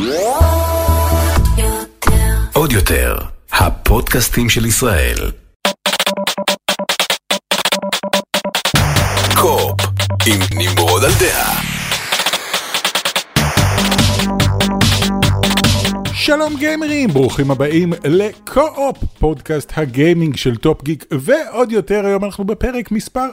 עוד יותר, הפודקאסטים של ישראל. קופ עם נמרוד על דעה. שלום גיימרים, ברוכים הבאים לקו-אופ, פודקאסט הגיימינג של טופ גיק ועוד יותר. היום אנחנו בפרק מספר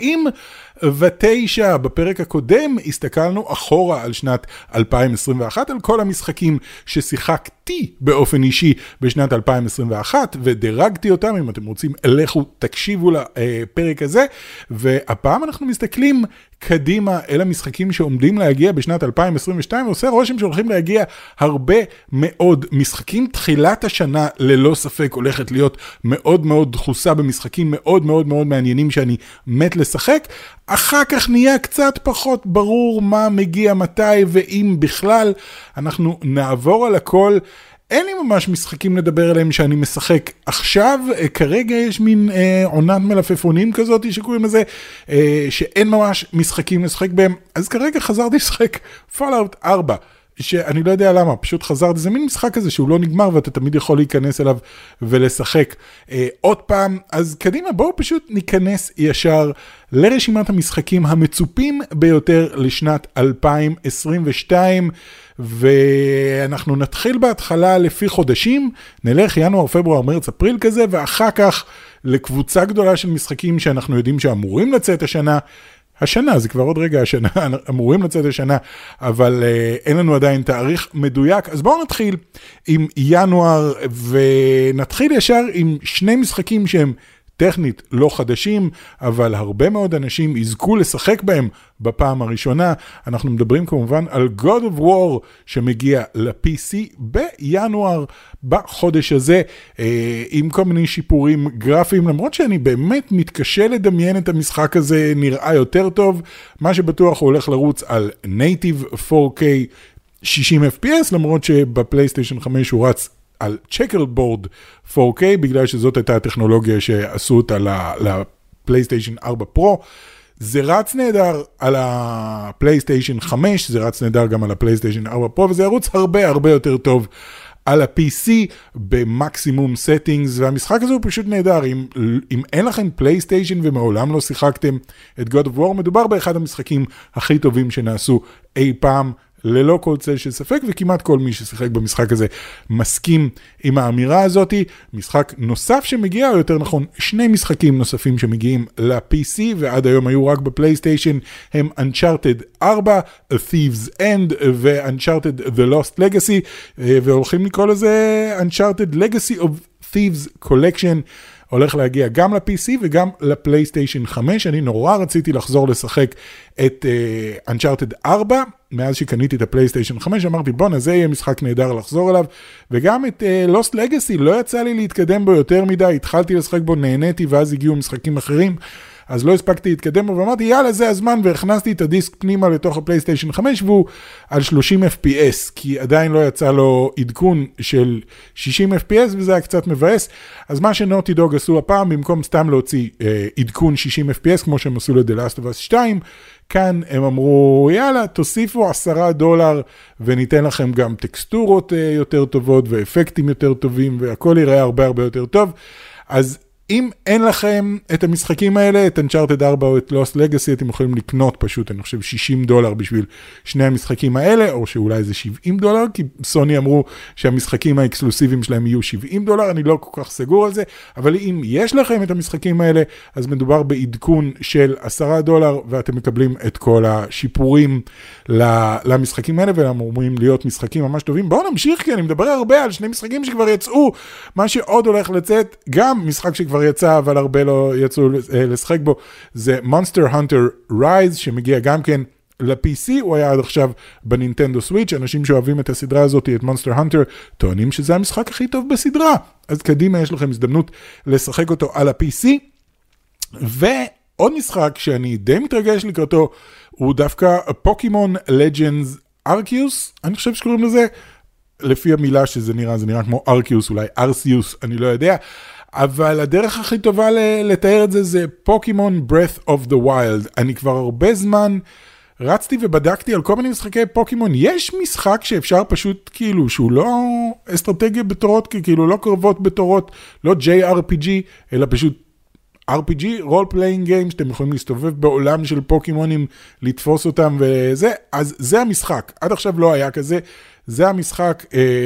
49. בפרק הקודם הסתכלנו אחורה על שנת 2021, על כל המשחקים ששיחקתי באופן אישי בשנת 2021, ודירגתי אותם. אם אתם רוצים, לכו תקשיבו לפרק הזה, והפעם אנחנו מסתכלים קדימה אל המשחקים שעומדים להגיע בשנת 2022, ועושה רושם שהולכים להגיע הרבה מאוד משחקים. תחילת השנה ללא ספק הולכת להיות מאוד מאוד דחוסה במשחקים מאוד מאוד מאוד מעניינים שאני מת לשחק. אחר כך נהיה קצת פחות ברור מה מגיע מתי ואם בכלל. אנחנו נעבור על הכל. אין לי ממש משחקים לדבר עליהם שאני משחק עכשיו. כרגע יש מין עונת מלפפונים כזאת שקוראים לזה, שאין ממש משחקים לשחק בהם. אז כרגע חזרתי לשחק Fallout 4, שאני לא יודע למה, פשוט חזרתי. זה מין משחק כזה שהוא לא נגמר ואתה תמיד יכול להיכנס אליו ולשחק עוד פעם. אז קדימה, בואו פשוט ניכנס ישר לרשימת המשחקים המצופים ביותר לשנת 2022, ואנחנו נתחיל בהתחלה לפי חודשים, נלך ינואר, פברואר, מרץ, אפריל כזה, ואחר כך לקבוצה גדולה של משחקים שאנחנו יודעים שאמורים לצאת השנה, זה כבר עוד רגע השנה, אמורים לצאת השנה, אבל אין לנו עדיין תאריך מדויק. אז בואו נתחיל עם ינואר, ונתחיל ישר עם שני משחקים שהם טכנית לא חדשים, אבל הרבה מאוד אנשים יזכו לשחק בהם בפעם הראשונה. אנחנו מדברים כמובן על God of War שמגיע ל-PC בינואר בחודש הזה, עם כל מיני שיפורים גרפיים, למרות שאני באמת מתקשה לדמיין את המשחק הזה נראה יותר טוב. מה שבטוח הוא הולך לרוץ על Native 4K 60 FPS, למרות שבפלייסטיישן 5 הוא רץ על צ'קרבורד 4K, בגלל שזאת הייתה הטכנולוגיה שעשו אותה לפלייסטיישן 4 פרו. זה רץ נהדר על הפלייסטיישן 5, זה רץ נהדר גם על הפלייסטיישן 4 פרו, וזה ירוץ הרבה הרבה יותר טוב על ה-PC במקסימום סטינגס, והמשחק הזה הוא פשוט נהדר. אם אין לכם פלייסטיישן ומעולם לא שיחקתם את God of War, מדובר באחד המשחקים הכי טובים שנעשו אי פעם, ללא כל צל של ספק, וכמעט כל מי ששיחק במשחק הזה מסכים עם האמירה הזאת. משחק נוסף שמגיע, או יותר נכון, שני משחקים נוספים שמגיעים ל-PC, ועד היום היו רק בפלייסטיישן, הם Uncharted 4, A Thief's End, ו-Uncharted The Lost Legacy, והולכים לקרוא לזה Uncharted Legacy of Thieves Collection. הולך להגיע גם ל-PC וגם לפלייסטיישן 5. אני נורא רציתי לחזור לשחק את Uncharted 4, מאז שקניתי את הפלייסטיישן 5, אמרתי בוא, זה יהיה משחק נהדר לחזור אליו, וגם את Lost Legacy לא יצא לי להתקדם בו יותר מדי, התחלתי לשחק בו, נהניתי, ואז הגיעו משחקים אחרים, אז לא הספקתי להתקדם בו, ואמרתי יאללה זה הזמן, והכנסתי את הדיסק פנימה לתוך הפלייסטיישן 5, והוא על 30 FPS, כי עדיין לא יצא לו עדכון של 60 FPS, וזה היה קצת מבאס. אז מה שנוטי דוג עשו הפעם, במקום סתם להוציא עדכון 60 FPS, כמו שהם עשו ל-The Last of Us 2, כאן הם אמרו יאללה תוסיפו $10 וניתן לכם גם טקסטורות יותר טובות ואפקטים יותר טובים, והכל יראה הרבה הרבה יותר טוב. אז אם אין לכם את המשחקים האלה, את Uncharted 4 או את Lost Legacy, אתם יכולים לקנות פשוט, אני חושב $60 בשביל שני המשחקים האלה, או שאולי זה $70, כי סוני אמרו שהמשחקים האקסקלוסיביים שלהם יהיו $70, אני לא כל כך סגור על זה, אבל אם יש לכם את המשחקים האלה, אז מדובר בעדכון של $10, ואתם מקבלים את כל השיפורים למשחקים האלה, והם אמורים להיות משחקים ממש טובים. בואו נמשיך, כי אני מדבר הרבה על שני משחקים שכבר יצאו, מה שעוד הולך לצאת, גם משחק שכבר יצא, אבל הרבה לא יצאו לשחק בו, זה Monster Hunter Rise, שמגיע גם כן ל-PC, הוא היה עד עכשיו בנינטנדו סוויץ', אנשים שאוהבים את הסדרה הזאת, את Monster Hunter, טוענים שזה המשחק הכי טוב בסדרה, אז קדימה יש לכם הזדמנות לשחק אותו על ה-PC, ועוד משחק שאני די מתרגש לקראתו, הוא דווקא פוקימון לג'נדס ארקיוס, אני חושב שקוראים לזה, לפי המילה שזה נראה, זה נראה כמו ארקיוס, אולי ארסיוס, אני לא יודע, אבל הדרך הכי טובה לתאר את זה, זה פוקימון Breath of the Wild. אני כבר הרבה זמן רצתי ובדקתי על כל מיני משחקי פוקימון, יש משחק שאפשר פשוט כאילו, שהוא לא אסטרטגיה בתורות, כאילו לא קרבות בתורות, לא JRPG, אלא פשוט RPG, role playing game, שאתם יכולים להסתובב בעולם של פוקימונים, לתפוס אותם וזה, אז זה המשחק. עד עכשיו לא היה כזה, זה המשחק,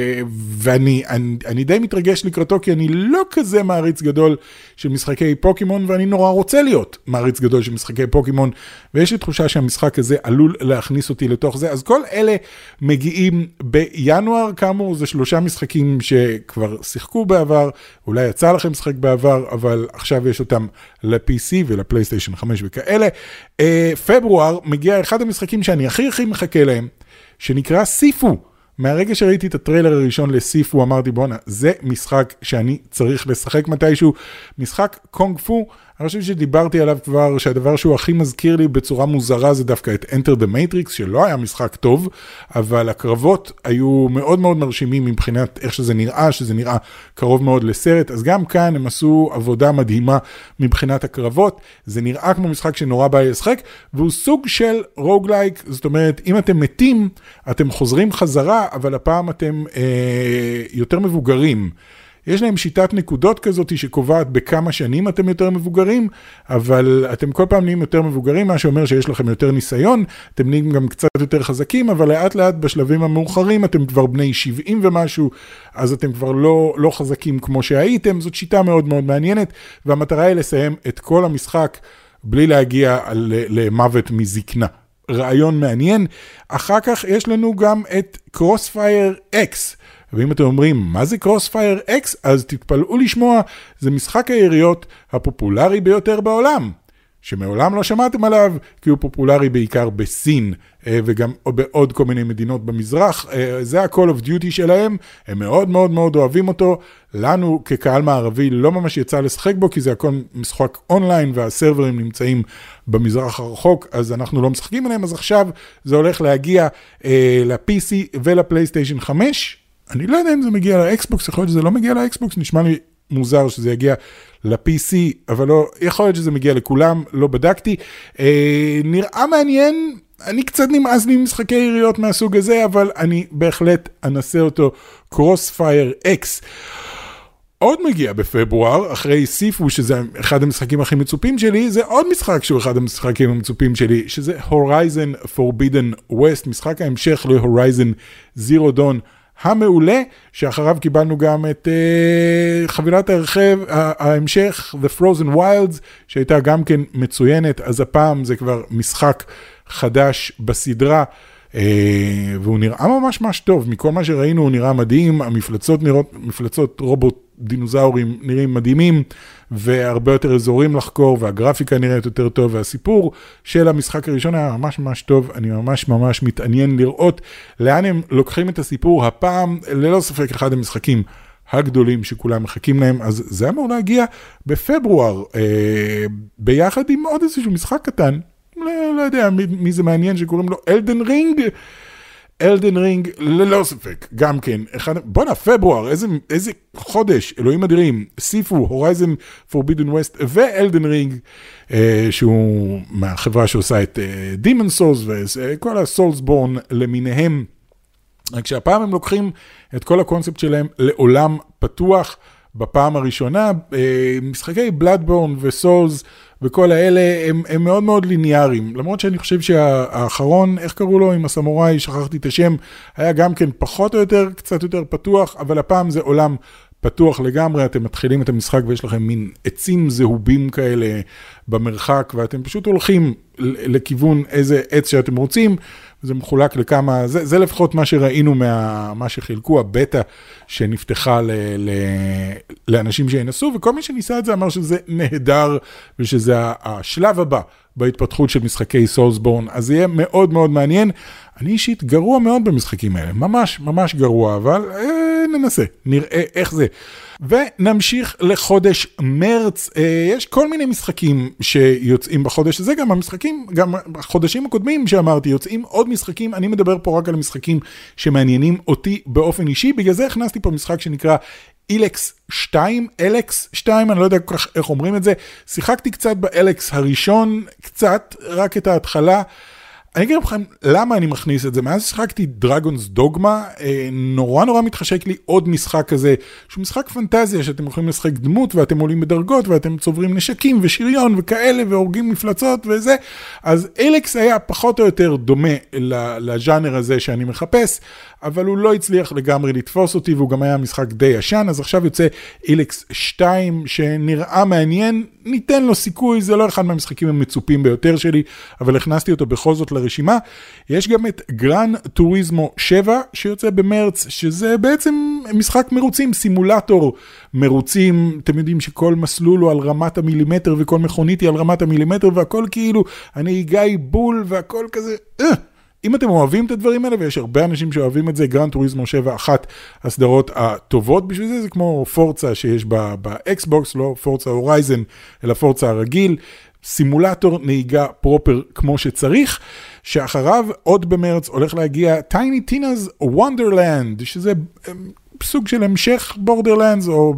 ואני די מתרגש לקראתו, כי אני לא כזה מעריץ גדול של משחקי פוקימון, ואני נורא רוצה להיות מעריץ גדול של משחקי פוקימון, ויש לי תחושה שהמשחק הזה עלול להכניס אותי לתוך זה, אז כל אלה מגיעים בינואר, כאמור, זה 3 משחקים שכבר שיחקו בעבר, אולי יצא לכם משחק בעבר, אבל עכשיו יש אותם ל-PC ולפלייסטיישן 5 וכאלה. פברואר מגיע אחד המשחקים שאני הכי מחכה להם, שנקרא סיפו. מהרגע שראיתי את הטריילר הראשון לסיפו, אמרתי, בונה, זה משחק שאני צריך לשחק מתישהו. משחק קונג פו, אני חושב שדיברתי עליו כבר, שהדבר שהוא הכי מזכיר לי בצורה מוזרה, זה דווקא את Enter the Matrix, שלא היה משחק טוב, אבל הקרבות היו מאוד מאוד מרשימים מבחינת איך שזה נראה קרוב מאוד לסרט, אז גם כאן הם עשו עבודה מדהימה מבחינת הקרבות, זה נראה כמו משחק שנורא בא לשחק, והוא סוג של רוגלייק, זאת אומרת, אם אתם מתים, אתם חוזרים חזרה, אבל הפעם אתם יותר מבוגרים. יש להם שיטת נקודות כזאת שקובעת בכמה שנים אתם יותר מבוגרים, אבל אתם כל פעם נהיים יותר מבוגרים, מה שאומר שיש לכם יותר ניסיון, אתם נהיים גם קצת יותר חזקים, אבל לאט לאט בשלבים המאוחרים אתם כבר בני 70 ומשהו, אז אתם כבר לא חזקים כמו שהייתם, זאת שיטה מאוד מאוד מעניינת, והמטרה היא לסיים את כל המשחק בלי להגיע למוות מזקנה. רעיון מעניין. אחר כך יש לנו גם את Crossfire X, ואם אתם אומרים, מה זה Crossfire X? אז תתפלאו לשמוע, זה משחק היריות הפופולרי ביותר בעולם, שמעולם לא שמעתם עליו, כי הוא פופולרי בעיקר בסין, וגם בעוד כל מיני מדינות במזרח, זה ה-Call of Duty שלהם, הם מאוד מאוד מאוד אוהבים אותו, לנו כקהל מערבי לא ממש יצא לשחק בו, כי זה הכל משחק אונליין, והסרברים נמצאים במזרח הרחוק, אז אנחנו לא משחקים עליהם, אז עכשיו זה הולך להגיע ל-PC ולפלייסטיישן 5, אני לא יודע אם זה מגיע לאקסבוקס, יכול להיות שזה לא מגיע לאקסבוקס, נשמע לי מוזר שזה יגיע ל-PC, אבל לא, יכול להיות שזה מגיע לכולם, לא בדקתי. נראה מעניין, אני קצת נמאס לי משחקי יריות מהסוג הזה, אבל אני בהחלט אנסה אותו, Crossfire X. עוד מגיע בפברואר, אחרי סיפו, שזה אחד המשחקים הכי מצופים שלי, זה עוד משחק שהוא אחד המשחקים המצופים שלי, שזה Horizon Forbidden West, משחק ההמשך ל-Horizon Zero Dawn, המעולה, שאחריו קיבלנו גם את חבילת ההמשך, The Frozen Wilds, שהייתה גם כן מצוינת, אז הפעם זה כבר משחק חדש בסדרה, והוא נראה ממש ממש טוב, מכל מה שראינו הוא נראה מדהים, המפלצות נראות, מפלצות רובוט דינוזאורים נראים מדהימים, והרבה יותר אזורים לחקור, והגרפיקה נראית יותר טוב, והסיפור של המשחק הראשון היה ממש ממש טוב, אני ממש ממש מתעניין לראות לאן הם לוקחים את הסיפור, הפעם ללא ספק אחד המשחקים הגדולים שכולם מחכים להם, אז זה אמור להגיע בפברואר, ביחד עם עוד איזשהו משחק קטן, לא יודע מי זה מעניין שקוראים לו אלדן רינג, ללא ספק, גם כן, בונה, פברואר, איזה חודש, אלוהים אדירים, סיפו, הורייזן פורבידן ווסט, ואלדן רינג, שהוא מהחברה שעושה את דימון סולס, וכל הסולסבורן למיניהם, רק שהפעם הם לוקחים את כל הקונספט שלהם לעולם פתוח, בפעם הראשונה, משחקי בלאדבורן וסולס, וכל האלה הם מאוד מאוד ליניאריים, למרות שאני חושב שהאחרון, איך קראו לו עם הסמוראי, שכחתי את השם, היה גם כן פחות או יותר, קצת יותר פתוח, אבל הפעם זה עולם פתוח לגמרי, אתם מתחילים את המשחק ויש לכם מין עצים זהובים כאלה במרחק, ואתם פשוט הולכים לכיוון איזה עץ שאתם רוצים, זה מחולק לכמה, זה לפחות מה שראינו מה שחילקו, הבטא שנפתחה לאנשים שינסו, וכל מי שניסה את זה אמר שזה נהדר, ושזה השלב הבא בהתפתחות של משחקי סולסבורן, אז זה יהיה מאוד מאוד מעניין. אני אישית גרוע מאוד במשחקים האלה, ממש ממש גרוע, אבל ננסה, נראה איך זה. ונמשיך לחודש מרץ, יש כל מיני משחקים שיוצאים בחודש הזה, גם המשחקים, גם בחודשים הקודמים שאמרתי, יוצאים עוד משחקים, אני מדבר פה רק על המשחקים שמעניינים אותי באופן אישי, בגלל זה הכנסתי פה משחק שנקרא אלקס 2, אני לא יודע כל כך איך אומרים את זה, שיחקתי קצת באלקס הראשון, קצת, רק את ההתחלה, אני אגיד לכם למה אני מכניס את זה. מאז שחקתי דרגונס דוגמה, נורא מתחשק לי עוד משחק כזה, שהוא משחק פנטזיה, שאתם יכולים לשחק דמות, ואתם עולים בדרגות, ואתם צוברים נשקים ושריון וכאלה, והורגים מפלצות וזה. אז אליקס היה פחות או יותר דומה לז'אנר הזה שאני מחפש, אבל הוא לא הצליח לגמרי לתפוס אותי, והוא גם היה משחק די ישן. אז עכשיו יוצא אליקס 2, שנראה מעניין, ניתן לו סיכוי, זה לא אחד מהמשחקים המצופים ביותר שלי, אבל הכנסתי אותו בכל זאת לרשימה. יש גם את גרן טוריזמו 7, שיוצא במרץ, שזה בעצם משחק מרוצים, סימולטור מרוצים. אתם יודעים שכל מסלול הוא על רמת המילימטר, וכל מכונית היא על רמת המילימטר, והכל כאילו, הנהיגה היא בול, והכל כזה, אם אתם אוהבים את הדברים האלה, ויש הרבה אנשים שאוהבים את זה, גרן טוריזמו 7, אחת הסדרות הטובות בשביל זה, זה כמו פורצה שיש באקסבוקס, לא פורצה הורייזן, אלא פורצה הרגיל, סימולטור נהיגה פרופר כמו שצריך, שאחריו עוד במרץ הולך להגיע Tiny Tina's Wonderland, שזה סוג של המשך בורדרלנדס, או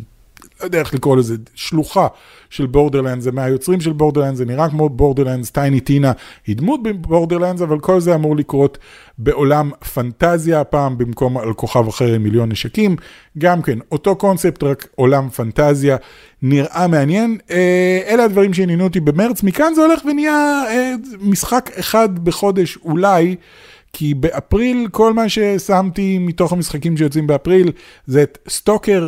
לא יודע איך לקרוא לזה, שלוחה של בורדרלנדס, זה מהיוצרים של בורדרלנדס, זה נראה כמו בורדרלנדס, טייני טינה, היא דמות בבורדרלנדס, אבל כל זה אמור לקרות בעולם פנטזיה, הפעם במקום על כוכב אחר עם מיליון נשקים, גם כן, אותו קונספט, רק עולם פנטזיה, נראה מעניין. אלה הדברים שעניינו אותי במרץ, מכאן זה הולך ונהיה משחק אחד בחודש אולי, כי באפריל כל מה ששמתי מתוך המשחקים שיוצאים באפריל זה את סטוקר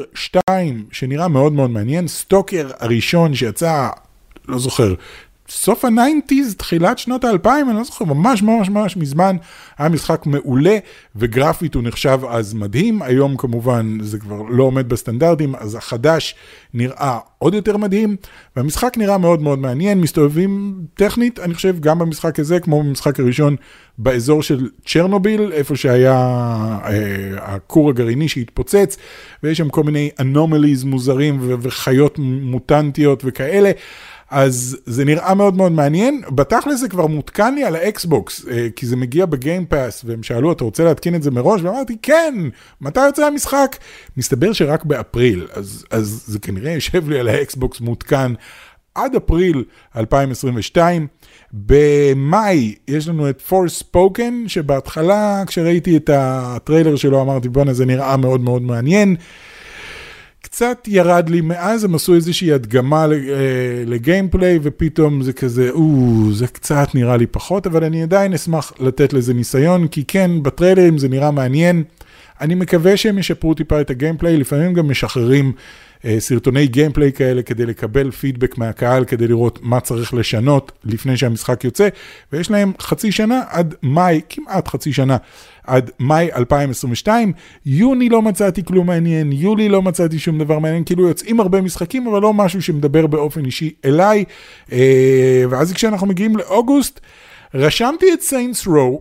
2 שנראה מאוד מאוד מעניין. סטוקר הראשון שיצא, לא זוכר, סוף ה-90s, תחילת שנות ה-2000, אני לא זוכר, ממש מזמן, היה משחק מעולה, וגרפית הוא נחשב אז מדהים, היום כמובן זה כבר לא עומד בסטנדרטים, אז החדש נראה עוד יותר מדהים, והמשחק נראה מאוד מאוד מעניין, מסתובבים טכנית, אני חושב גם במשחק הזה, כמו במשחק הראשון, באזור של צ'רנוביל, איפה שהיה הכור הגרעיני שהתפוצץ, ויש שם כל מיני אנומליז מוזרים, וחיות מוטנטיות וכאלה, אז זה נראה מאוד מאוד מעניין. בתכל'ס זה כבר מותקן לי על האקסבוקס, כי זה מגיע בגיים פאס, והם שאלו, אתה רוצה להתקין את זה מראש? ואמרתי, כן, מתי יוצא המשחק? מסתבר שרק באפריל, אז זה כנראה יושב לי על האקסבוקס מותקן עד אפריל 2022. במאי יש לנו את Forspoken, שבהתחלה כשראיתי את הטריילר שלו אמרתי, בוא'נה, זה נראה מאוד מאוד מעניין. קצת ירד לי מאז, הם עשו איזושהי הדגמה לגיימפליי, ופתאום זה כזה, זה קצת נראה לי פחות, אבל אני עדיין אשמח לתת לזה ניסיון, כי כן, בטריילרים זה נראה מעניין. אני מקווה שהם ישפרו טיפה את הגיימפליי, לפעמים גם משחררים סרטוני גיימפליי כאלה, כדי לקבל פידבק מהקהל, כדי לראות מה צריך לשנות לפני שהמשחק יוצא, ויש להם חצי שנה עד מאי, כמעט חצי שנה, עד מאי 2022, יוני לא מצאתי כלום מעניין, יולי לא מצאתי שום דבר מעניין, כאילו יוצאים הרבה משחקים, אבל לא משהו שמדבר באופן אישי אליי, ואז כשאנחנו מגיעים לאוגוסט, רשמתי את Saints Row,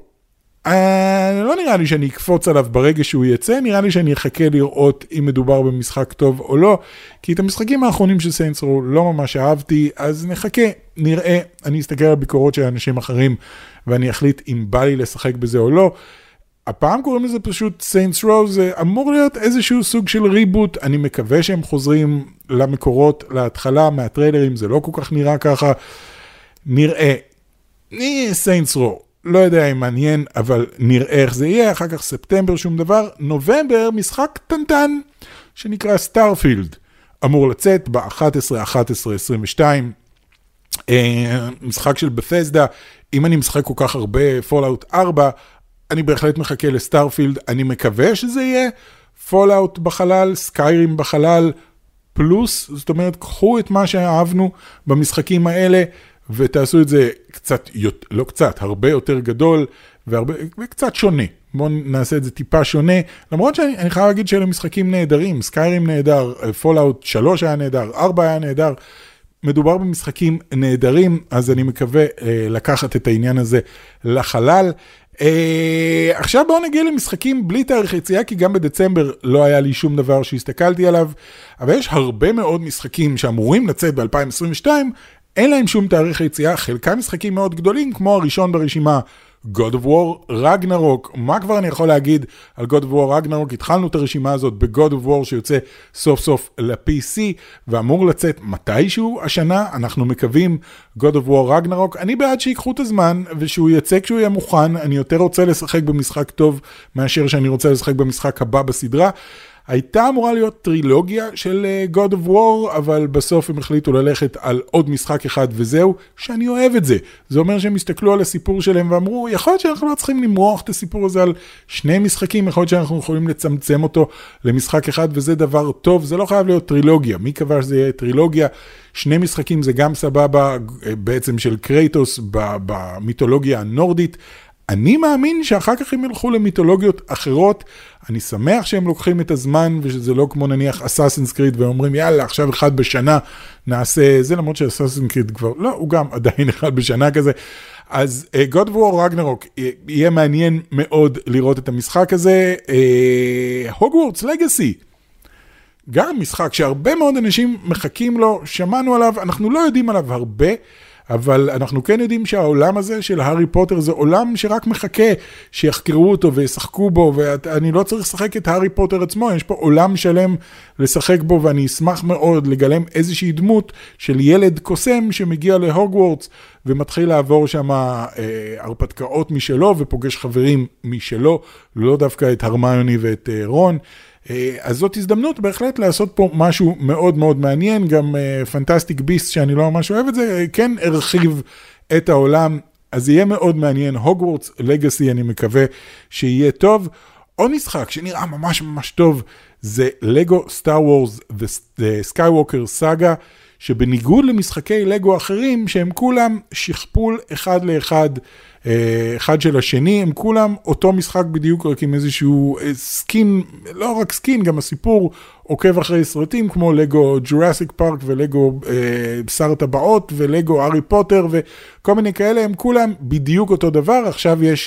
לא נראה לי שאני אקפוץ עליו ברגע שהוא יצא, נראה לי שאני אחכה לראות אם מדובר במשחק טוב או לא, כי את המשחקים האחרונים של Saints Row לא ממש אהבתי, אז נחכה, נראה, אני אסתכל על ביקורות של אנשים אחרים, ואני אחליט אם בא לי לשחק בזה או לא. הפעם קוראים לזה פשוט Saints Row, זה אמור להיות איזשהו סוג של ריבוט, אני מקווה שהם חוזרים למקורות, להתחלה, מהטריילרים, זה לא כל כך נראה ככה, נראה, Saints Row. לא יודע אם מעניין, אבל נראה איך זה יהיה, אחר כך ספטמבר שום דבר, נובמבר משחק טנטן, שנקרא סטארפילד, אמור לצאת ב-11/11/22, משחק של בפסדה, אם אני משחק כל כך הרבה פולאוט 4, אני בהחלט מחכה לסטארפילד, אני מקווה שזה יהיה פולאוט בחלל, סקיירים בחלל, פלוס, זאת אומרת, קחו את מה שאהבנו במשחקים האלה, ותעשו את זה קצת, לא קצת, הרבה יותר גדול, וקצת שונה. בואו נעשה את זה טיפה שונה, למרות שאני חייב להגיד שאלה משחקים נהדרים, סקיירים נהדר, פולאוט 3 היה נהדר, 4 היה נהדר, מדובר במשחקים נהדרים, אז אני מקווה לקחת את העניין הזה לחלל. עכשיו בואו נגיע למשחקים בלי תאריך יציאה, כי גם בדצמבר לא היה לי שום דבר שהסתכלתי עליו, אבל יש הרבה מאוד משחקים שאמורים לצאת ב-2022, אין להם שום תאריך יציאה, חלקם משחקים מאוד גדולים, כמו הראשון ברשימה, God of War Ragnarok. מה כבר אני יכול להגיד על God of War Ragnarok? התחלנו את הרשימה הזאת ב-God of War שיוצא סוף סוף ל-PC, ואמור לצאת מתישהו השנה, אנחנו מקווים God of War Ragnarok. אני בעד שיקחו את הזמן, ושהוא יצא כשהוא יהיה מוכן. אני יותר רוצה לשחק במשחק טוב, מאשר שאני רוצה לשחק במשחק הבא בסדרה. הייתה אמורה להיות טרילוגיה של God of War, אבל בסוף הם החליטו ללכת על עוד משחק אחד וזהו, שאני אוהב את זה. זה אומר שהם הסתכלו על הסיפור שלהם ואמרו, יכול להיות שאנחנו לא צריכים למרוח את הסיפור הזה על שני משחקים, יכול להיות שאנחנו יכולים לצמצם אותו למשחק אחד, וזה דבר טוב, זה לא חייב להיות טרילוגיה. מי קבע שזה יהיה טרילוגיה? שני משחקים זה גם סבבה, בעצם של קרייטוס במיתולוגיה הנורדית. אני מאמין שאחר כך הם ילכו למיתולוגיות אחרות. אני שמח שהם לוקחים את הזמן, ושזה לא כמו נניח Assassin's Creed, ואומרים יאללה, עכשיו אחד בשנה נעשה זה, למרות ש-Assassin's Creed כבר, לא, הוא גם עדיין אחד בשנה כזה. אז God of War Ragnarok, יהיה מעניין מאוד לראות את המשחק הזה. Hogwarts Legacy, גם משחק שהרבה מאוד אנשים מחכים לו, שמענו עליו, אנחנו לא יודעים עליו הרבה, אבל אנחנו כן יודעים שהעולם הזה של הארי פוטר זה עולם שרק מחכה שיחקרו אותו וישחקו בו, ואני לא צריך לשחק את הארי פוטר עצמו, יש פה עולם שלם לשחק בו, ואני אשמח מאוד לגלם איזושהי דמות של ילד קוסם שמגיע להוגוורטס ומתחיל לעבור שם הרפתקאות משלו ופוגש חברים משלו, לא דווקא את הרמיוני ואת רון. אז זאת הזדמנות בהחלט לעשות פה משהו מאוד מאוד מעניין, גם פנטסטיק ביסט שאני לא ממש אוהב את זה, כן הרחיב את העולם, אז יהיה מאוד מעניין. הוגוורטס לגאסי, אני מקווה שיהיה טוב. עוד משחק שנראה ממש ממש טוב, זה לגו סטאר וורס סקייווקר סאגה, שבניגוד למשחקי לגו אחרים, שהם כולם שכפול אחד לאחד, אחד של השני, הם כולם אותו משחק בדיוק, רק עם איזשהו סקין, לא רק סקין, גם הסיפור עוקב אחרי סרטים, כמו לגו ג'ורסיק פארק, ולגו שר הטבעות, ולגו הארי פוטר, וכל מיני כאלה, הם כולם בדיוק אותו דבר. עכשיו יש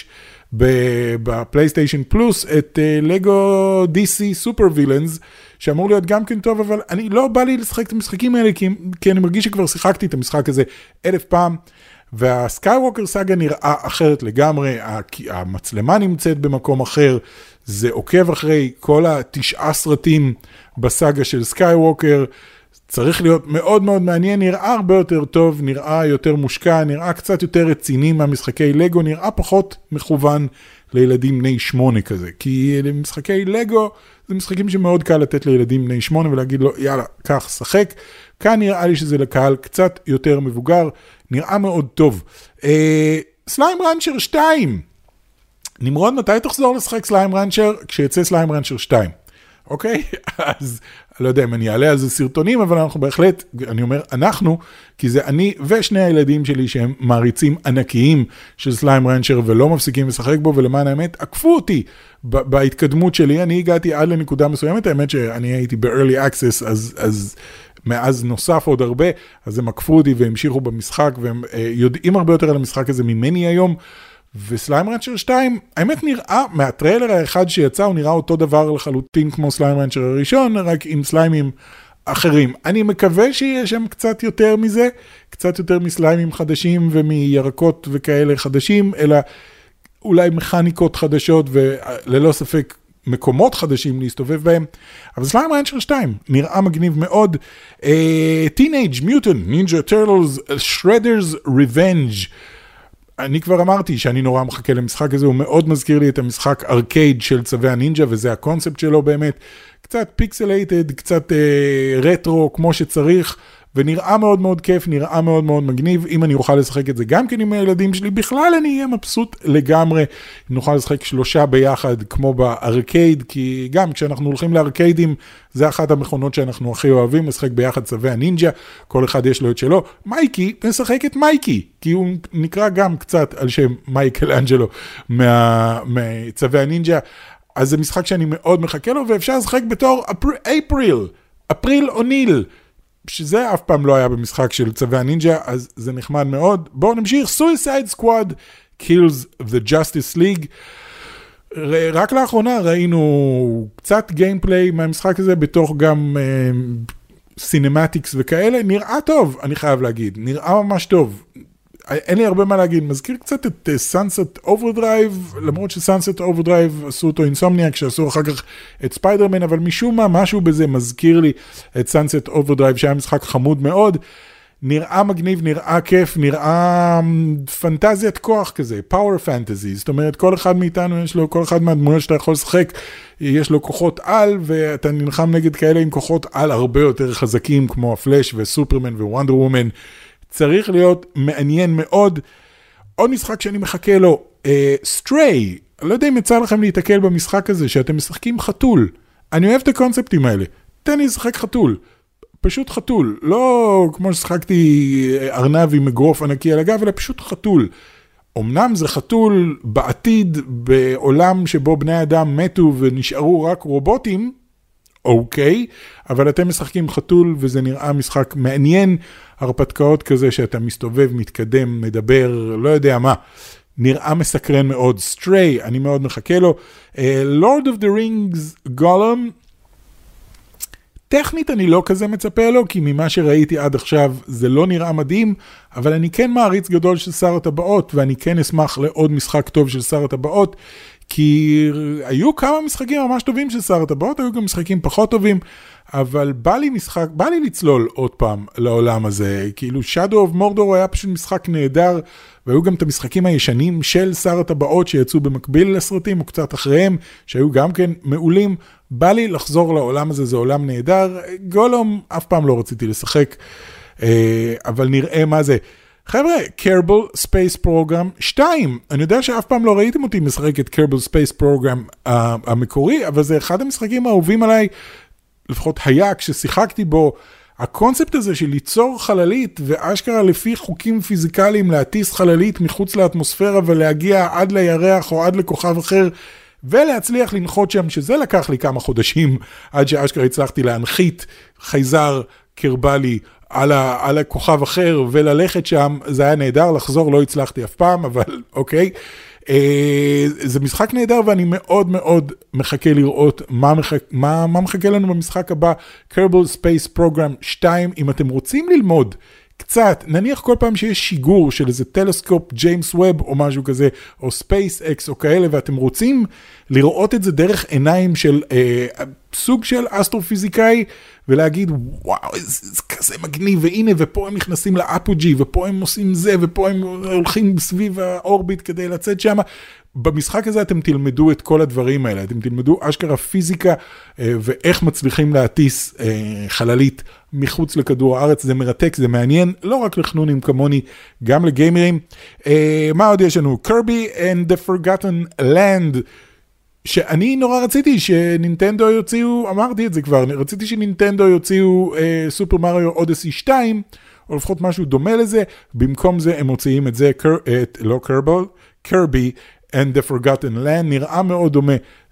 בפלייסטיישן פלוס את לגו DC סופר וילאנס, שאמור להיות גם כן טוב, אבל אני לא בא לי לשחק את המשחקים האלה, כי אני מרגיש שכבר שיחקתי את המשחק הזה 1000 פעם, והסקייווקר סאגה נראה אחרת לגמרי, המצלמה נמצאת במקום אחר, זה עוקב אחרי כל 9 סרטים בסאגה של סקייווקר, צריך להיות מאוד מאוד מעניין, נראה הרבה יותר טוב, נראה יותר מושקע, נראה קצת יותר רציני מהמשחקי לגו, נראה פחות מכוון לילדים בני 8 כזה, כי למשחקי לגו זה משחקים שמאוד קל לתת לילדים בני 8 ולהגיד לו יאללה, כך שחק. כאן נראה לי שזה לקהל קצת יותר מבוגר, נראה מאוד טוב. סליים רנצ'ר 2, נמרוד, מתי תחזור לשחק סליים רנצ'ר? כשיצא סליים רנצ'ר 2. אוקיי? אז לא יודע אם אני אעלה על זה סרטונים, אבל אנחנו בהחלט, אני אומר אנחנו, כי זה אני ושני הילדים שלי שהם מעריצים ענקיים של סליים רנצ'ר ולא מפסיקים לשחק בו, ולמען האמת, עקפו אותי בהתקדמות שלי. אני הגעתי עד לנקודה מסוימת, האמת שאני הייתי ב-early access, אז מאז נוסף עוד הרבה, אז הם עקפו אותי והמשיכו במשחק, והם יודעים הרבה יותר על המשחק הזה ממני היום. וסליים רנצ'ר 2, האמת נראה, מהטריילר האחד שיצא, הוא נראה אותו דבר לחלוטין כמו סליים רנצ'ר הראשון, רק עם סליימים אחרים. אני מקווה שיהיה שם קצת יותר מזה, קצת יותר מסליימים חדשים ומירקות וכאלה חדשים, אלא אולי מכניקות חדשות וללא ספק מקומות חדשים להסתובב בהם. אבל סליים רנצ'ר 2 נראה מגניב מאוד. Teenage Mutant Ninja Turtles Shredder's Revenge, אני כבר אמרתי שאני נורא מחכה למשחק הזה, הוא מאוד מזכיר לי את המשחק ארקייד של צווי הנינג'ה, וזה הקונספט שלו באמת, קצת פיקסלייטד, קצת רטרו כמו שצריך, ונראה מאוד מאוד כיף, נראה מאוד מאוד מגניב. אם אני אוכל לשחק את זה גם כן עם הילדים שלי, בכלל אני אהיה מבסוט לגמרי, אם נוכל לשחק 3 ביחד כמו בארקייד, כי גם כשאנחנו הולכים לארקיידים, זה אחת המכונות שאנחנו הכי אוהבים, לשחק ביחד צווי הנינג'ה, כל אחד יש לו את שלו. מייקי משחק את מייקי, כי הוא נקרא גם קצת על שם מייקל אנג'לו מצווי הנינג'ה, אז זה משחק שאני מאוד מחכה לו, ואפשר לשחק בתור אפריל אוניל, שזה אף פעם לא היה במשחק של צווי הנינג'ה, אז זה נחמד מאוד. בואו נמשיך. Suicide Squad Kills the Justice League. רק לאחרונה ראינו קצת גיימפליי מהמשחק הזה, בתוך גם סינמטיקס וכאלה. נראה טוב, אני חייב להגיד. נראה ממש טוב. אין לי הרבה מה להגיד, מזכיר קצת את Sunset Overdrive, למרות ש-Sunset Overdrive עשו אותו אינסומניאק, שעשו אחר כך את ספיידרמן, אבל משום מה, משהו בזה מזכיר לי את Sunset Overdrive, שהיה משחק חמוד מאוד, נראה מגניב, נראה כיף, נראה פנטזיית כוח כזה, power fantasy, זאת אומרת, כל אחד מאיתנו יש לו, כל אחד מהדמויות שאתה יכול לשחק, יש לו כוחות על, ואתה נלחם נגד כאלה עם כוחות על הרבה יותר חזקים, כמו הפלאש וסופרמן ווונדר וומן, צריך להיות מעניין מאוד. עוד משחק שאני מחכה לו, Stray, לא יודע אם יצא לכם להתקל במשחק הזה, שאתם משחקים חתול, אני אוהב את הקונספטים האלה, תן לי לשחק חתול, פשוט חתול, לא כמו ששחקתי ארנב עם אגרוף ענקי על הגב, אלא פשוט חתול. אמנם זה חתול בעתיד, בעולם שבו בני אדם מתו ונשארו רק רובוטים, אוקיי, אבל אתם משחקים חתול וזה נראה משחק מעניין, הרפתקאות כזה שאתה מסתובב, מתקדם, מדבר, לא יודע מה, נראה מסקרן מאוד. Stray, אני מאוד מחכה לו. Lord of the Rings Gollum, טכנית אני לא כזה מצפה לו, כי ממה שראיתי עד עכשיו זה לא נראה מדהים, אבל אני כן מעריץ גדול של שר הטבעות, ואני כן אשמח לעוד משחק טוב של שר הטבעות, כי היו כמה משחקים ממש טובים של שר הטבעות, היו גם משחקים פחות טובים, אבל בא לי לצלול עוד פעם לעולם הזה, כאילו Shadow of Mordor היה פשוט משחק נהדר, והיו גם את המשחקים הישנים של שר הטבעות שיצאו במקביל לסרטים, או קצת אחריהם, שהיו גם כן מעולים, בא לי לחזור לעולם הזה, זה עולם נהדר, גולום אף פעם לא רציתי לשחק, אבל נראה מה זה. חבר'ה, Kerbal Space Program 2, אני יודע שאף פעם לא ראיתם אותי משחק את Kerbal Space Program המקורי, אבל זה אחד המשחקים האהובים עליי, לפחות היה כששיחקתי בו, הקונספט הזה של ליצור חללית, ואשכרה לפי חוקים פיזיקליים להטיס חללית מחוץ לאטמוספירה, ולהגיע עד לירח או עד לכוכב אחר, ולהצליח לנחות שם, שזה לקח לי כמה חודשים, עד שאשכרה הצלחתי להנחית חייזר קרבלי, על הכוכב אחר, וללכת שם, זה היה נהדר, לחזור לא הצלחתי אף פעם, אבל אוקיי. זה משחק נהדר, ואני מאוד מאוד מחכה לראות מה מחכה לנו במשחק הבא, Kerbal Space Program 2, אם אתם רוצים ללמוד קצת, נניח כל פעם שיש שיגור של איזה טלסקופ ג'יימס ווב או משהו כזה, או ספייס אקס או כאלה, ואתם רוצים לראות את זה דרך עיניים של סוג של אסטרופיזיקאי, ולהגיד וואו, זה כזה מגניב, והנה, ופה הם נכנסים לאפוג'י, ופה הם עושים זה, ופה הם הולכים סביב האורביט כדי לצאת שם. במשחק הזה אתם תלמדו את כל הדברים האלה, אתם תלמדו אשכרה פיזיקה, ואיך מצליחים להטיס חללית מחוץ לכדור הארץ, זה מרתק, זה מעניין, לא רק לחנונים כמוני, גם לגיימרים. מה עוד יש לנו? Kirby and the Forgotten Land, שאני נורא רציתי שנינטנדו יוציאו, אמרתי את זה כבר, רציתי שנינטנדו יוציאו סופר מריו אודסי 2, או לפחות משהו דומה לזה, במקום זה הם מוציאים את זה, לא Kirby and the Forgotten Land, נראה מאוד דומה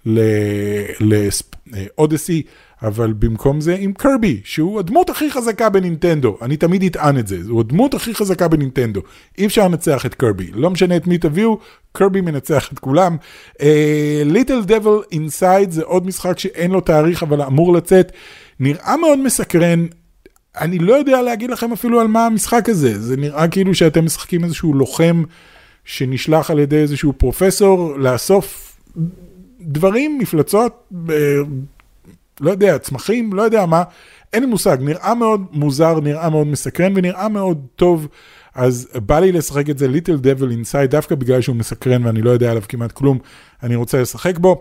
לאודסי, אבל במקום זה עם קרבי, שהוא הדמות הכי חזקה בנינטנדו, אני תמיד אטען את זה, הוא הדמות הכי חזקה בנינטנדו, אי אפשר לנצח את קרבי, לא משנה את מי תביאו, קרבי מנצח את כולם. Little Devil Inside זה עוד משחק שאין לו תאריך, אבל אמור לצאת, נראה מאוד מסקרן, אני לא יודע להגיד לכם אפילו על מה המשחק הזה, זה נראה כאילו שאתם משחקים איזשהו לוחם, שנשלח על ידי איזשהו פרופסור, לאסוף דברים, מפלצות, לא יודע, צמחים, לא יודע מה, אין לי מושג, נראה מאוד מוזר, נראה מאוד מסקרן, ונראה מאוד טוב, אז בא לי לשחק את זה, Little Devil Inside, דווקא בגלל שהוא מסקרן, ואני לא יודע עליו כמעט כלום, אני רוצה לשחק בו.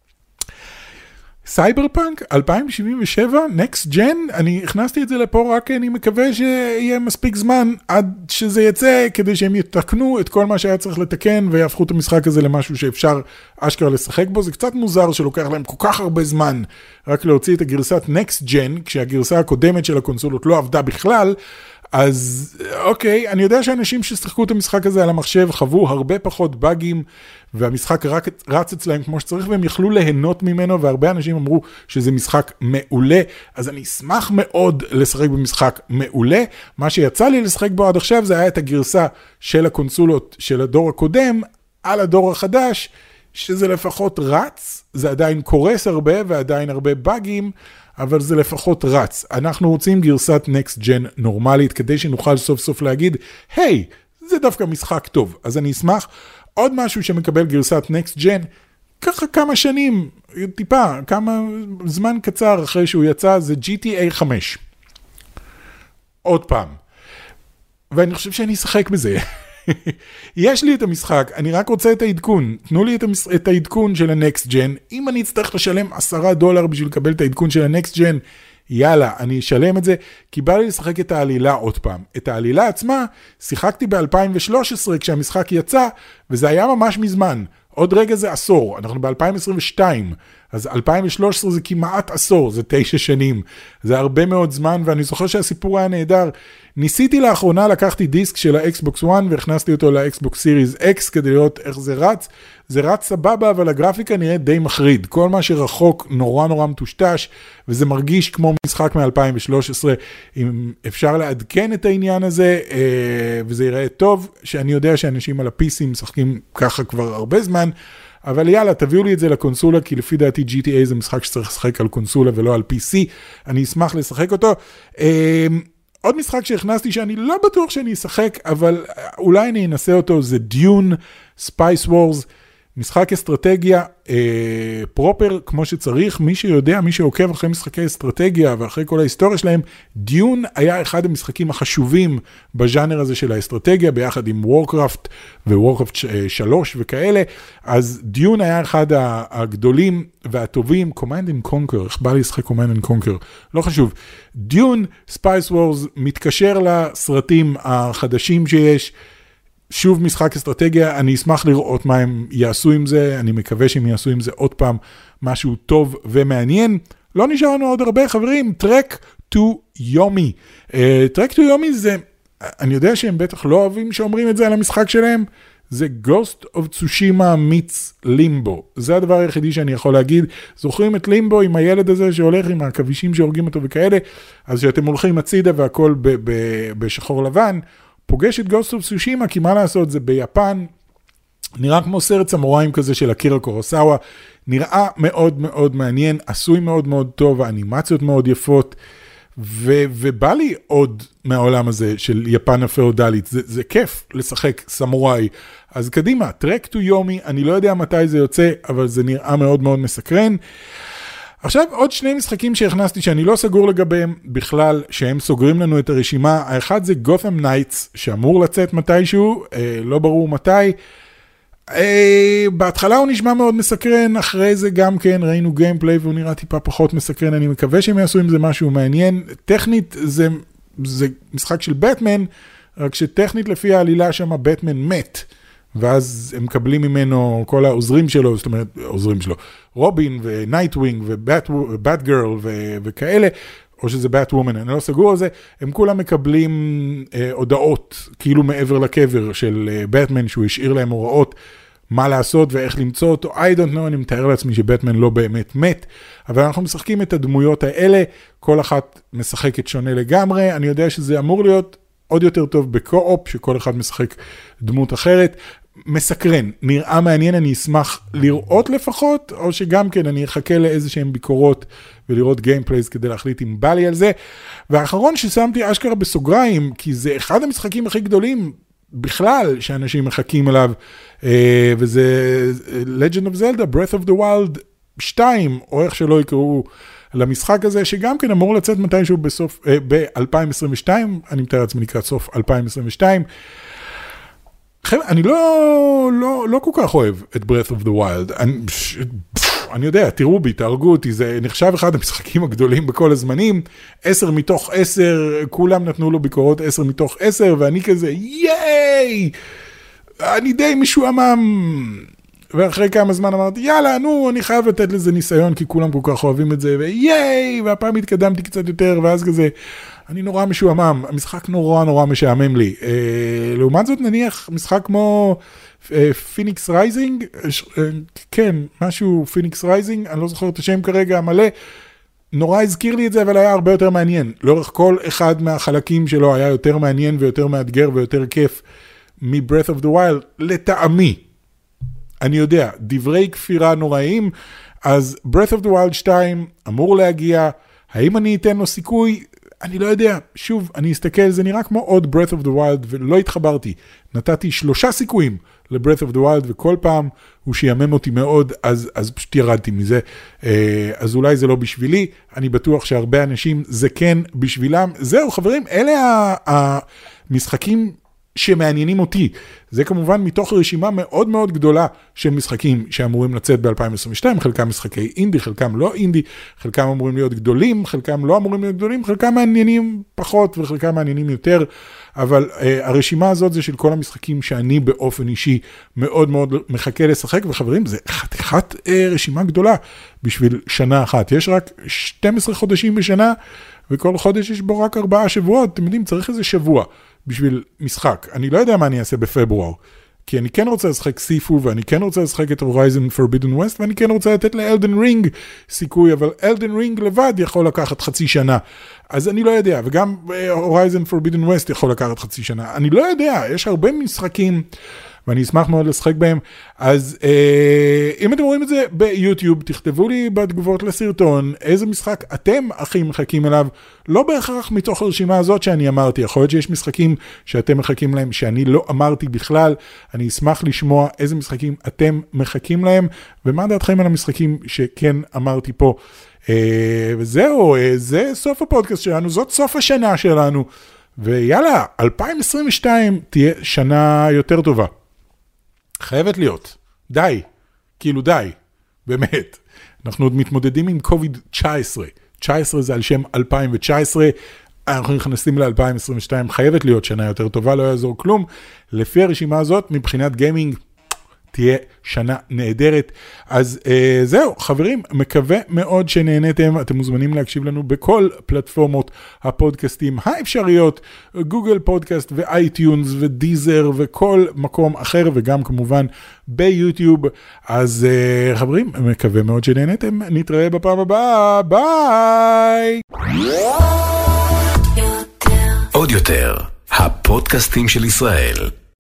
סייברפאנק 2077, Next Gen, אני הכנסתי את זה לפה רק אני מקווה שיהיה מספיק זמן עד שזה יצא, כדי שהם יתקנו את כל מה שהיה צריך לתקן, ויהפכו את המשחק הזה למשהו שאפשר אשכרה לשחק בו. זה קצת מוזר שלוקח להם כל כך הרבה זמן רק להוציא את הגרסת Next Gen, כשהגרסה הקודמת של הקונסולות לא עבדה בכלל, אז אוקיי, אני יודע שאנשים ששחקו את המשחק הזה על המחשב חוו הרבה פחות באגים, והמשחק רץ אצלהם כמו שצריך, והם יכלו ליהנות ממנו, והרבה אנשים אמרו שזה משחק מעולה, אז אני אשמח מאוד לשחק במשחק מעולה. מה שיצא לי לשחק בו עד עכשיו, זה היה את הגרסה של הקונסולות של הדור הקודם, על הדור החדש, שזה לפחות רץ, זה עדיין קורס הרבה, ועדיין הרבה באגים, אבל זה לפחות רץ. אנחנו רוצים גרסת Next Gen נורמלית, כדי שנוכל סוף סוף להגיד, היי, זה דווקא משחק טוב. אז אני אשמח. עוד משהו שמקבל גרסת Next Gen, ככה כמה שנים, טיפה, כמה זמן קצר אחרי שהוא יצא, זה GTA 5. עוד פעם. ואני חושב שאני אשחק בזה. יש לי את המשחק, אני רק רוצה את העדכון. תנו לי את העדכון של ה-Next Gen. אם אני אצטרך לשלם $10 בשביל לקבל את העדכון של ה-Next Gen, יאללה, אני אשלם את זה, כי בא לי לשחק את העלילה עוד פעם. את העלילה עצמה, שיחקתי ב-2013 כשהמשחק יצא, וזה היה ממש מזמן. עוד רגע זה עשור, אנחנו ב-2022, אז 2013 זה כמעט עשור, זה 9 שנים, זה הרבה מאוד זמן, ואני זוכר שהסיפור היה נהדר. ניסיתי לאחרונה, לקחתי דיסק של האקסבוקס 1, והכנסתי אותו לאקסבוקס סיריס X, כדי לראות איך זה רץ. זה רץ סבבה, אבל הגרפיקה נראית די מחריד. כל מה שרחוק נורא נורא מטושטש, וזה מרגיש כמו משחק מ-2013. אם אפשר לעדכן את העניין הזה, וזה ייראה טוב, שאני יודע שאנשים על ה-PC משחקים ככה כבר הרבה זמן, אבל יאללה, תביאו לי את זה לקונסולה, כי לפי דעתי GTA זה משחק שצריך לשחק על קונסולה ולא על PC. אני אשמח לשחק אותו. עוד משחק שהכנסתי שאני לא בטוח שאני אשחק, אבל אולי אני אנסה אותו, זה Dune, Spice Wars, משחק אסטרטגיה פרופר כמו שצריך. מי שיודע, מי שעוקב אחרי משחקי אסטרטגיה ואחרי כל ההיסטוריה שלהם, דיון היה אחד המשחקים החשובים בז'אנר הזה של האסטרטגיה, ביחד עם וורקראפט ווורקראפט 3 וכאלה. אז דיון היה אחד הגדולים והטובים. Command & Conquer, איך בא לי לשחק Command & Conquer? לא חשוב. דיון, Spice Wars, מתקשר לסרטים החדשים שיש, שוב משחק אסטרטגיה, אני אשמח לראות מה הם יעשו עם זה, אני מקווה שהם יעשו עם זה עוד פעם משהו טוב ומעניין. לא נשארנו עוד הרבה חברים, Trek to Yomi. Trek to Yomi זה, אני יודע שהם בטח לא אוהבים שאומרים את זה על המשחק שלהם, זה Ghost of Tsushima meets Limbo. זה הדבר היחידי שאני יכול להגיד. זוכרים את לימבו עם הילד הזה שהולך עם הכבישים שהורגים אותו וכאלה, אז שאתם הולכים הצידה והכל בשחור לבן, פוגש את Ghost of Tsushima, כי מה לעשות, זה ביפן, נראה כמו סרט סמוראים כזה של אקירה קורוסאווה, נראה מאוד מאוד מעניין, עשוי מאוד מאוד טוב, האנימציות מאוד יפות, ובא לי עוד מהעולם הזה של יפן הפאודלית, זה כיף לשחק סמוראי, אז קדימה, Trek to Yomi, אני לא יודע מתי זה יוצא, אבל זה נראה מאוד מאוד מסקרן. עכשיו עוד שני משחקים שהכנסתי שאני לא סגור לגביהם בכלל, שהם סוגרים לנו את הרשימה. האחד זה Gotham Knights, שאמור לצאת מתישהו, לא ברור מתי. בהתחלה הוא נשמע מאוד מסקרן, אחרי זה גם כן ראינו גיימפליי והוא נראה טיפה פחות מסקרן, אני מקווה שהם יעשו עם זה משהו מעניין. טכנית זה משחק של בטמן, רק שטכנית לפי העלילה שם בטמן מת. ואז הם מקבלים ממנו כל העוזרים שלו, זאת אומרת, העוזרים שלו, רובין ונייטווינג ובאט גרל וכאלה, או שזה באט וומן, אני לא סגור על זה, הם כולם מקבלים הודעות, כאילו מעבר לקבר של בטמן, שהוא השאיר להם הוראות מה לעשות ואיך למצוא אותו. I don't know, אני מתאר לעצמי שבטמן לא באמת מת, אבל אנחנו משחקים את הדמויות האלה, כל אחת משחקת שונה לגמרי, אני יודע שזה אמור להיות עוד יותר טוב בקו-אופ, שכל אחד משחק דמות אחרת, מסקרן, נראה מעניין, אני אשמח לראות לפחות, או שגם כן אני אחכה לאיזשהם ביקורות, ולראות גיימפלייז כדי להחליט אם בא לי על זה. והאחרון ששמתי אשכרה בסוגריים, כי זה אחד המשחקים הכי גדולים בכלל, שאנשים מחכים אליו, וזה Legend of Zelda, Breath of the Wild 2, או איך שלא יקראו למשחק הזה, שגם כן אמור לצאת מתישהו ב-2022, אני מתאר לעצמי לקראת סוף 2022, אני לא כל כך אוהב את Breath of the Wild. אני יודע, תראו בי, תהרגו אותי, זה נחשב אחד המשחקים הגדולים בכל הזמנים, 10 מתוך 10, כולם נתנו לו ביקורות 10 מתוך 10, ואני כזה, ייי! אני די משועמם. ואחרי כמה זמן אמרתי, יאללה, נו, אני חייב לתת לזה ניסיון, כי כולם כל כך אוהבים את זה, וייי! והפעם התקדמתי קצת יותר, ואז כזה, אני נורא משועמם, המשחק נורא נורא משעמם לי. לעומת זאת נניח משחק כמו פיניקס רייזינג, כן, משהו פיניקס רייזינג, אני לא זוכר את השם כרגע המלא, נורא הזכיר לי את זה, אבל היה הרבה יותר מעניין. לאורך כל אחד מהחלקים שלו היה יותר מעניין ויותר מאתגר ויותר כיף מ-Breath of the Wild, לטעמי. אני יודע, דברי כפירה נוראים, אז Breath of the Wild 2 אמור להגיע, האם אני אתן לו סיכוי? אני לא יודע, שוב, אני אסתכל, זה נראה כמו עוד Breath of the Wild, ולא התחברתי. נתתי 3 סיכויים ל-Breath of the Wild, וכל פעם הוא שיאמם אותי מאוד, אז פשוט ירדתי מזה. אז אולי זה לא בשבילי, אני בטוח שהרבה אנשים זה כן בשבילם. זהו, חברים, אלה המשחקים שמעניינים אותי. זה כמובן מתוך רשימה מאוד מאוד גדולה של משחקים שאמורים לצאת ב-2022, חלקם משחקי אינדי, חלקם לא אינדי, חלקם אמורים להיות גדולים, חלקם לא אמורים להיות גדולים, חלקם מעניינים פחות וחלקם מעניינים יותר, אבל הרשימה הזאת זה של כל המשחקים שאני באופן אישי מאוד מאוד מחכה לשחק, וחברים, זה חתיכת רשימה גדולה בשביל שנה אחת. יש רק 12 חודשים בשנה, וכל חודש יש בו רק 4 שבועות, אתם יודעים, צריך איזה שבוע בשביל משחק. אני לא יודע מה אני אעשה בפברואר, כי אני כן רוצה לשחק סיפו, ואני כן רוצה לשחק את Horizon Forbidden West, ואני כן רוצה לתת לאלדן רינג סיכוי, אבל אלדן רינג לבד יכול לקחת חצי שנה. אז אני לא יודע, וגם Horizon Forbidden West יכול לקחת חצי שנה. אני לא יודע, יש הרבה משחקים, ואני אשמח מאוד לשחק בהם. אז אם אתם רואים את זה ביוטיוב, תכתבו לי בתגובות לסרטון, איזה משחק אתם הכי מחכים אליו, לא בהכרח מתוך הרשימה הזאת שאני אמרתי, יכול להיות שיש משחקים שאתם מחכים להם, שאני לא אמרתי בכלל, אני אשמח לשמוע איזה משחקים אתם מחכים להם, ומה דעתכם על המשחקים שכן אמרתי פה. וזהו, זה סוף הפודקאסט שלנו, זאת סוף השנה שלנו, ויאללה, 2022 תהיה שנה יותר טובה. חייבת להיות. די. כאילו די. באמת. אנחנו עוד מתמודדים עם COVID-19. 19 זה על שם 2019. אנחנו נכנסים ל-2022. חייבת להיות שנה יותר טובה, לא יעזור כלום. לפי הרשימה הזאת, מבחינת גיימינג, תהיה שנה נהדרת. אז זהו, חברים, מקווה מאוד שנהנתם. אתם מוזמנים להקשיב לנו בכל פלטפורמות הפודקאסטים האפשריות, גוגל פודקאסט ואייטיונס ודיזר וכל מקום אחר, וגם כמובן ביוטיוב. אז חברים, מקווה מאוד שנהנתם. נתראה בפעם הבאה. ביי! עוד יותר, הפודקאסטים של ישראל.